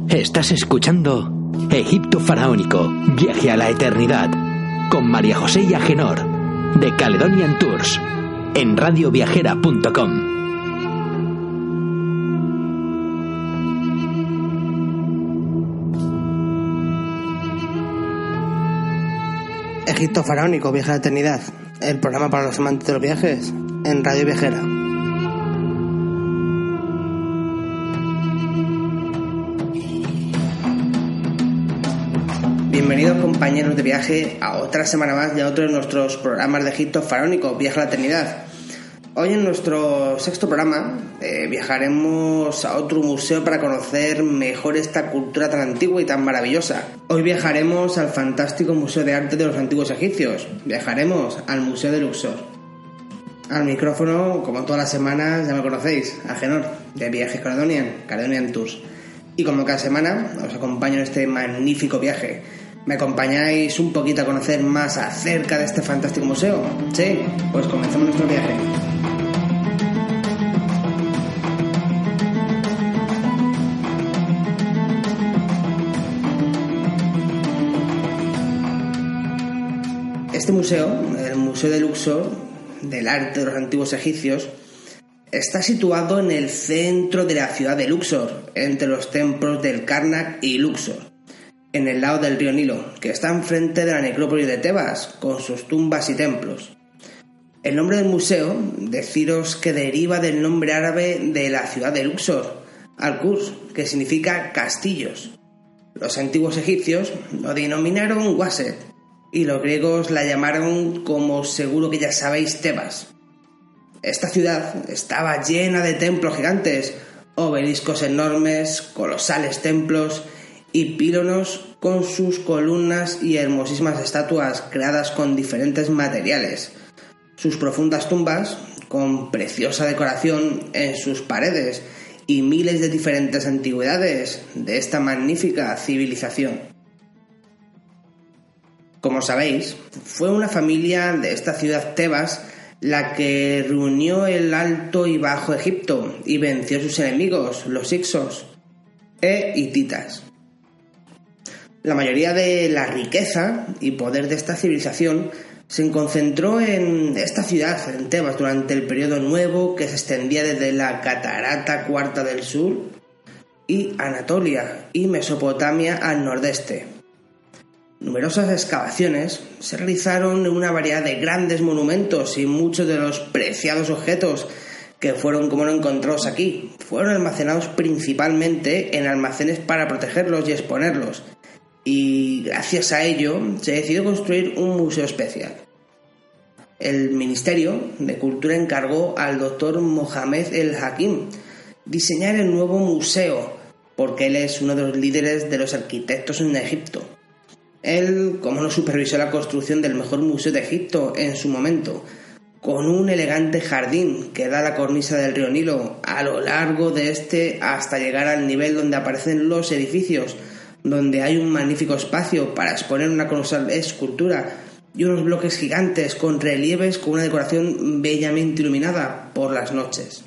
Estás escuchando Egipto Faraónico, Viaje a la Eternidad, con María José y Agenor, de Caledonian Tours, en radioviajera.com. Egipto Faraónico, Viaje a la Eternidad, el programa para los amantes de los viajes, en Radio Viajera. Bienvenidos, compañeros de viaje, a otra semana más de otro de nuestros programas de Egipto Faraónico, Viaje a la Eternidad. Hoy en nuestro sexto programa viajaremos a otro museo para conocer mejor esta cultura tan antigua y tan maravillosa. Hoy viajaremos al fantástico Museo de Arte de los Antiguos Egipcios. Viajaremos al Museo de Luxor. Al micrófono, como todas las semanas, ya me conocéis, Agenor, de Viajes Caledonian Tours. Y como cada semana, os acompaño en este magnífico viaje. ¿Me acompañáis un poquito a conocer más acerca de este fantástico museo? Sí, pues comenzamos nuestro viaje. Este museo, el Museo de Luxor, del arte de los antiguos egipcios, está situado en el centro de la ciudad de Luxor, entre los templos del Karnak y Luxor, en el lado del río Nilo, que está enfrente de la necrópolis de Tebas, con sus tumbas y templos. El nombre del museo, deciros que deriva del nombre árabe de la ciudad de Luxor, Al-Qurs, que significa castillos. Los antiguos egipcios lo denominaron Waset, y los griegos la llamaron, como seguro que ya sabéis, Tebas. Esta ciudad estaba llena de templos gigantes, obeliscos enormes, colosales templos y pílonos con sus columnas y hermosísimas estatuas creadas con diferentes materiales. Sus profundas tumbas, con preciosa decoración en sus paredes y miles de diferentes antigüedades de esta magnífica civilización. Como sabéis, fue una familia de esta ciudad Tebas la que reunió el Alto y Bajo Egipto y venció a sus enemigos, los Hicsos e hititas. La mayoría de la riqueza y poder de esta civilización se concentró en esta ciudad, en Tebas, durante el periodo nuevo que se extendía desde la Catarata Cuarta del sur y Anatolia y Mesopotamia al nordeste. Numerosas excavaciones se realizaron en una variedad de grandes monumentos y muchos de los preciados objetos que fueron como no encontrados aquí fueron almacenados principalmente en almacenes para protegerlos y exponerlos, y gracias a ello se decidió construir un museo especial. El Ministerio de Cultura encargó al doctor Mohamed El Hakim diseñar el nuevo museo, porque él es uno de los líderes de los arquitectos en Egipto. Él, como no, supervisó la construcción del mejor museo de Egipto en su momento, con un elegante jardín que da la cornisa del río Nilo a lo largo de este hasta llegar al nivel donde aparecen los edificios, donde hay un magnífico espacio para exponer una colosal escultura y unos bloques gigantes con relieves con una decoración bellamente iluminada por las noches.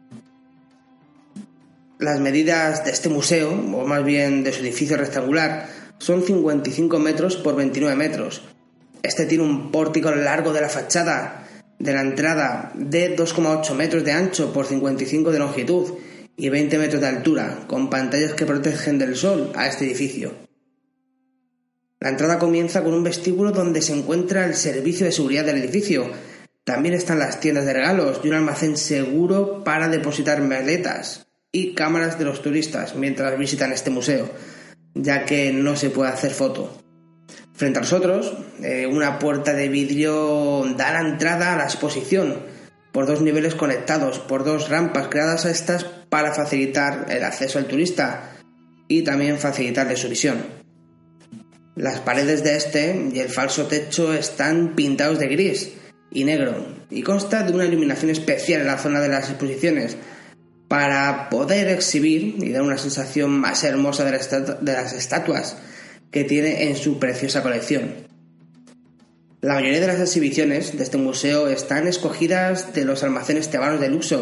Las medidas de este museo, o más bien de su edificio rectangular, son 55 metros por 29 metros. Este tiene un pórtico a lo largo de la fachada de la entrada de 2,8 metros de ancho por 55 de longitud y 20 metros de altura, con pantallas que protegen del sol a este edificio. La entrada comienza con un vestíbulo donde se encuentra el servicio de seguridad del edificio. También están las tiendas de regalos y un almacén seguro para depositar maletas y cámaras de los turistas mientras visitan este museo, ya que no se puede hacer foto. Frente a nosotros, una puerta de vidrio da la entrada a la exposición, por dos niveles conectados, por dos rampas creadas a estas para facilitar el acceso al turista y también facilitarle su visión. Las paredes de este y el falso techo están pintados de gris y negro y consta de una iluminación especial en la zona de las exposiciones para poder exhibir y dar una sensación más hermosa de las estatuas que tiene en su preciosa colección. La mayoría de las exhibiciones de este museo están escogidas de los almacenes tebanos de Luxor,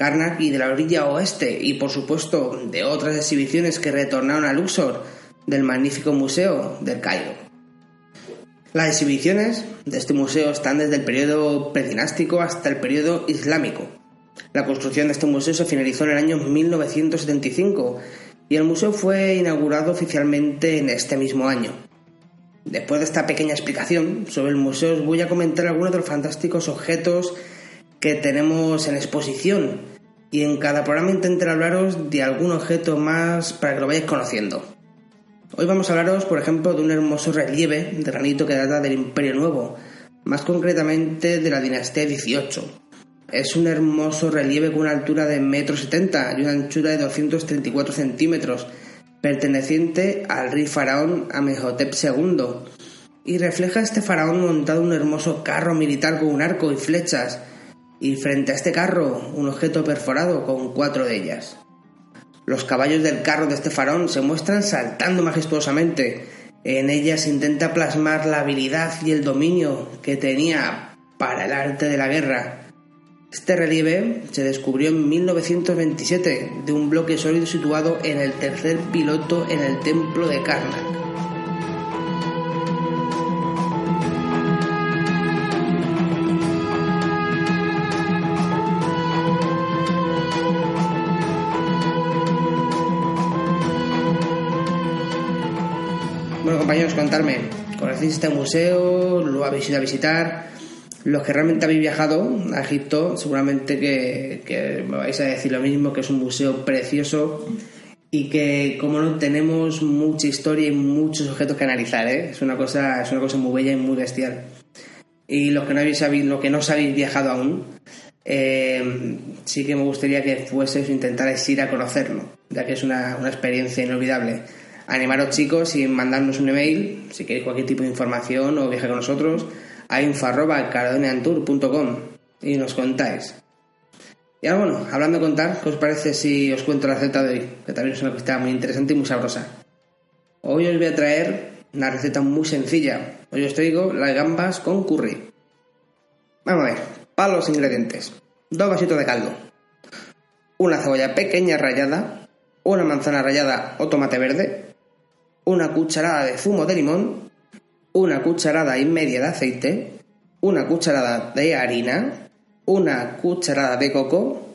Karnak y de la orilla oeste, y por supuesto de otras exhibiciones que retornaron a Luxor del magnífico Museo del Cairo. Las exhibiciones de este museo están desde el periodo predinástico hasta el periodo islámico. La construcción de este museo se finalizó en el año 1975 y el museo fue inaugurado oficialmente en este mismo año. Después de esta pequeña explicación sobre el museo, os voy a comentar algunos de los fantásticos objetos que tenemos en exposición, y en cada programa intentaré hablaros de algún objeto más para que lo vayáis conociendo. Hoy vamos a hablaros, por ejemplo, de un hermoso relieve de granito que data del Imperio Nuevo, más concretamente de la dinastía XVIII. Es un hermoso relieve con una altura de 1,70 m y una anchura de 234 centímetros, perteneciente al rey faraón Amenhotep II, y refleja a este faraón montado en un hermoso carro militar con un arco y flechas, y frente a este carro un objeto perforado con 4 de ellas. Los caballos del carro de este faraón se muestran saltando majestuosamente. En ellas se intenta plasmar la habilidad y el dominio que tenía para el arte de la guerra. Este relieve se descubrió en 1927 de un bloque sólido situado en el tercer piloto en el templo de Karnak. Bueno, compañeros, contadme, ¿conocéis este museo? ¿Lo habéis ido a visitar? Los que realmente habéis viajado a Egipto, seguramente que me vais a decir lo mismo, que es un museo precioso y que, como no, tenemos mucha historia y muchos objetos que analizar, ¿eh? Es una cosa muy bella y muy bestial. Y los que no os habéis viajado aún, sí que me gustaría que fueseis o intentarais ir a conocerlo, ya que es una experiencia inolvidable. Animaros, chicos, y mandarnos un email si queréis cualquier tipo de información o viajar con nosotros a info@caledoniantour.com y nos contáis. Y ahora, bueno, hablando de contar, ¿qué os parece si os cuento la receta de hoy? Que también es una receta muy interesante y muy sabrosa. Hoy os voy a traer una receta muy sencilla. Hoy os traigo las gambas con curry. Vamos a ver, para los ingredientes: 2 vasitos de caldo, una cebolla pequeña rallada, una manzana rallada o tomate verde, una cucharada de zumo de limón, una cucharada y media de aceite, una cucharada de harina, una cucharada de coco.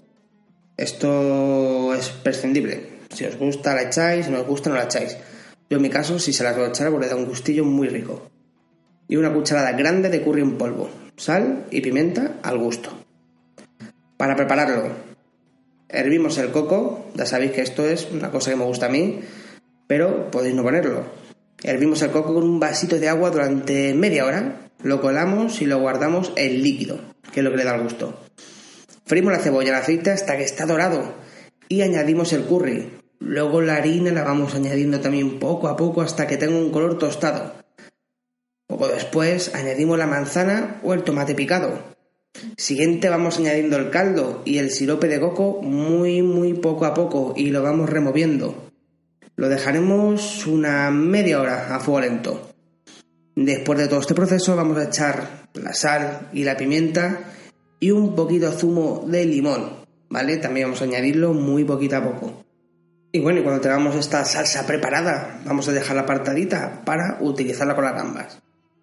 Esto es prescindible. Si os gusta la echáis, si no os gusta no la echáis. Yo en mi caso sí se las voy a echar porque le da un gustillo muy rico. Y una cucharada grande de curry en polvo, sal y pimienta al gusto. Para prepararlo, hervimos el coco. Ya sabéis que esto es una cosa que me gusta a mí, pero podéis no ponerlo. Hervimos el coco con un vasito de agua durante media hora, lo colamos y lo guardamos en líquido, que es lo que le da el gusto. Freímos la cebolla en aceite hasta que está dorado y añadimos el curry. Luego la harina la vamos añadiendo también poco a poco hasta que tenga un color tostado. Poco después añadimos la manzana o el tomate picado. Siguiente vamos añadiendo el caldo y el sirope de coco muy poco a poco y lo vamos removiendo. Lo dejaremos una media hora a fuego lento. Después de todo este proceso vamos a echar la sal y la pimienta y un poquito de zumo de limón, ¿vale? También vamos a añadirlo muy poquito a poco. Y bueno, y cuando tengamos esta salsa preparada, vamos a dejarla apartadita para utilizarla con las gambas.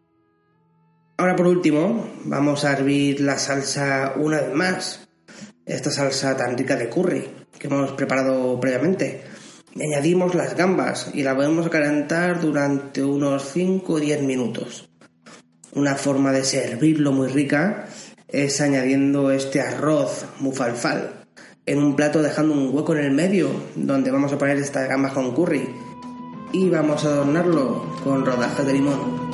Ahora, por último, vamos a hervir la salsa una vez más. Esta salsa tan rica de curry que hemos preparado previamente. Añadimos las gambas y las podemos calentar durante unos 5 o 10 minutos. Una forma de servirlo muy rica es añadiendo este arroz mufalfal en un plato, dejando un hueco en el medio donde vamos a poner estas gambas con curry y vamos a adornarlo con rodajas de limón.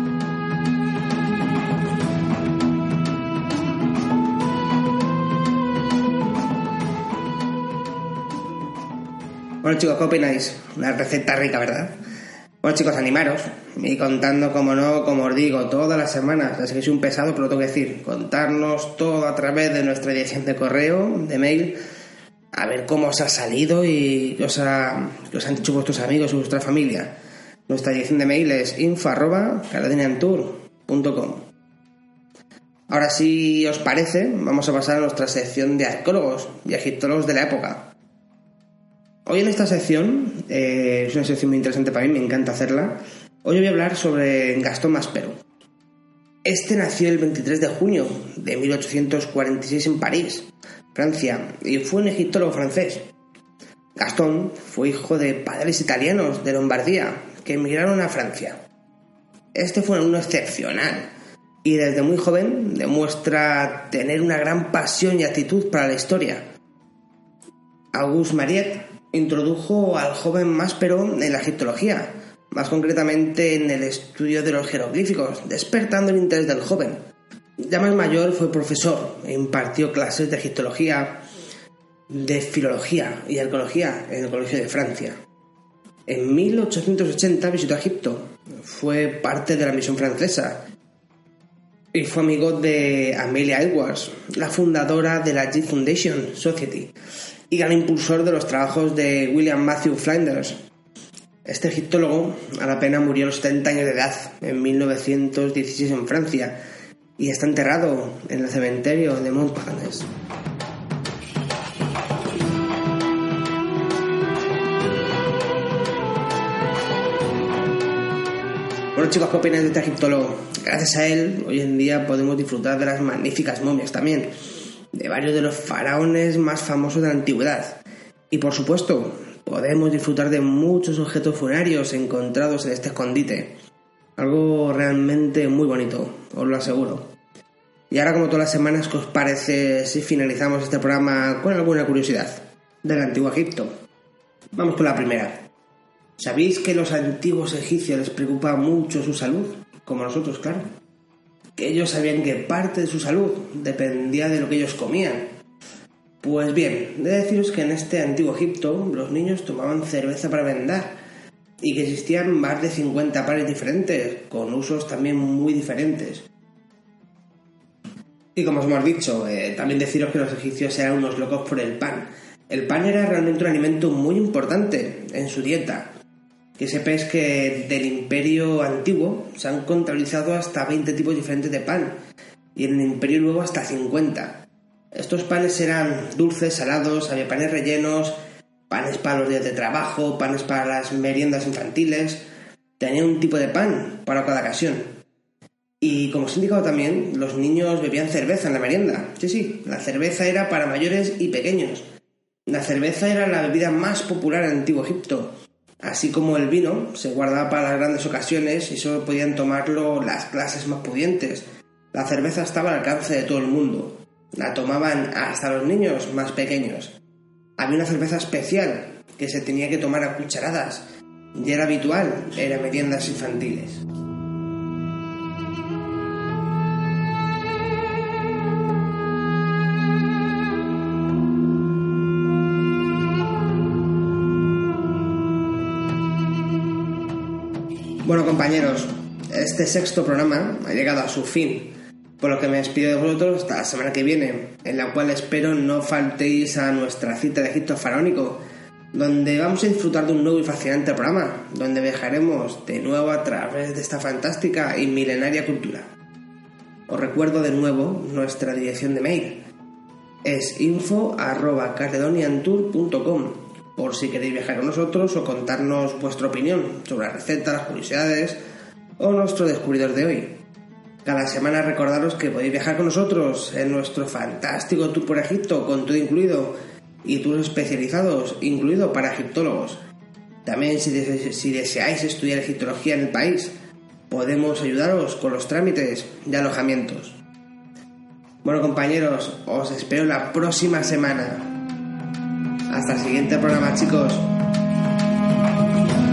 Bueno, chicos, ¿qué opináis? Una receta rica, ¿verdad? Bueno, chicos, animaros y contando, como no, como os digo, todas las semanas. Así que soy un pesado, pero lo tengo que decir. Contarnos todo a través de nuestra dirección de correo, de mail, a ver cómo os ha salido y qué os han dicho vuestros amigos y vuestra familia. Nuestra dirección de mail es info@caledoniantour.com. Ahora, si os parece, vamos a pasar a nuestra sección de arqueólogos y egiptólogos de la época. Hoy en esta sección, es una sección muy interesante para mí, me encanta hacerla. Hoy voy a hablar sobre Gastón Maspero. Este nació el 23 de junio de 1846 en París, Francia, y fue un egiptólogo francés. Gastón fue hijo de padres italianos de Lombardía que emigraron a Francia. Este fue un alumno excepcional y desde muy joven demuestra tener una gran pasión y actitud para la historia. Auguste Mariette introdujo al joven Maspero en la egiptología, más concretamente en el estudio de los jeroglíficos, despertando el interés del joven. Ya más mayor fue profesor e impartió clases de egiptología, de filología y arqueología en el Colegio de Francia. En 1880 visitó Egipto, fue parte de la misión francesa y fue amigo de Amelia Edwards, la fundadora de la J Foundation Society y gran impulsor de los trabajos de William Matthew Flinders. Este egiptólogo a la pena murió a los 70 años de edad en 1916 en Francia y está enterrado en el cementerio de Montparnasse. Bueno, chicos, ¿qué opináis de este egiptólogo? Gracias a él, hoy en día podemos disfrutar de las magníficas momias también, de varios de los faraones más famosos de la antigüedad. Y por supuesto, podemos disfrutar de muchos objetos funerarios encontrados en este escondite. Algo realmente muy bonito, os lo aseguro. Y ahora, como todas las semanas, ¿qué os parece si finalizamos este programa con alguna curiosidad del antiguo Egipto? Vamos con la primera. ¿Sabéis que a los antiguos egipcios les preocupa mucho su salud? Como nosotros, claro. Que ellos sabían que parte de su salud dependía de lo que ellos comían. Pues bien, he de deciros que en este antiguo Egipto los niños tomaban cerveza para vendar y que existían más de 50 panes diferentes, con usos también muy diferentes. Y como os hemos dicho, también deciros que los egipcios eran unos locos por el pan. El pan era realmente un alimento muy importante en su dieta. Que sepáis que del Imperio Antiguo se han contabilizado hasta 20 tipos diferentes de pan y en el Imperio Nuevo hasta 50. Estos panes eran dulces, salados, había panes rellenos, panes para los días de trabajo, panes para las meriendas infantiles. Tenía un tipo de pan para cada ocasión. Y como os he indicado también, los niños bebían cerveza en la merienda. Sí, la cerveza era para mayores y pequeños. La cerveza era la bebida más popular en el Antiguo Egipto. Así como el vino se guardaba para las grandes ocasiones y solo podían tomarlo las clases más pudientes. La cerveza estaba al alcance de todo el mundo. La tomaban hasta los niños más pequeños. Había una cerveza especial que se tenía que tomar a cucharadas y era habitual en las meriendas infantiles. Bueno, compañeros, este sexto programa ha llegado a su fin, por lo que me despido de vosotros hasta la semana que viene, en la cual espero no faltéis a nuestra cita de Egipto faraónico, donde vamos a disfrutar de un nuevo y fascinante programa, donde viajaremos de nuevo a través de esta fantástica y milenaria cultura. Os recuerdo de nuevo nuestra dirección de mail, es info@caledoniantour.com, por si queréis viajar con nosotros o contarnos vuestra opinión sobre las recetas, las curiosidades o nuestro descubridor de hoy. Cada semana recordaros que podéis viajar con nosotros en nuestro fantástico tour por Egipto con todo incluido y tours especializados incluido para egiptólogos. También si deseáis estudiar egiptología en el país, podemos ayudaros con los trámites de alojamientos. Bueno, compañeros, os espero la próxima semana. Hasta el siguiente programa, chicos.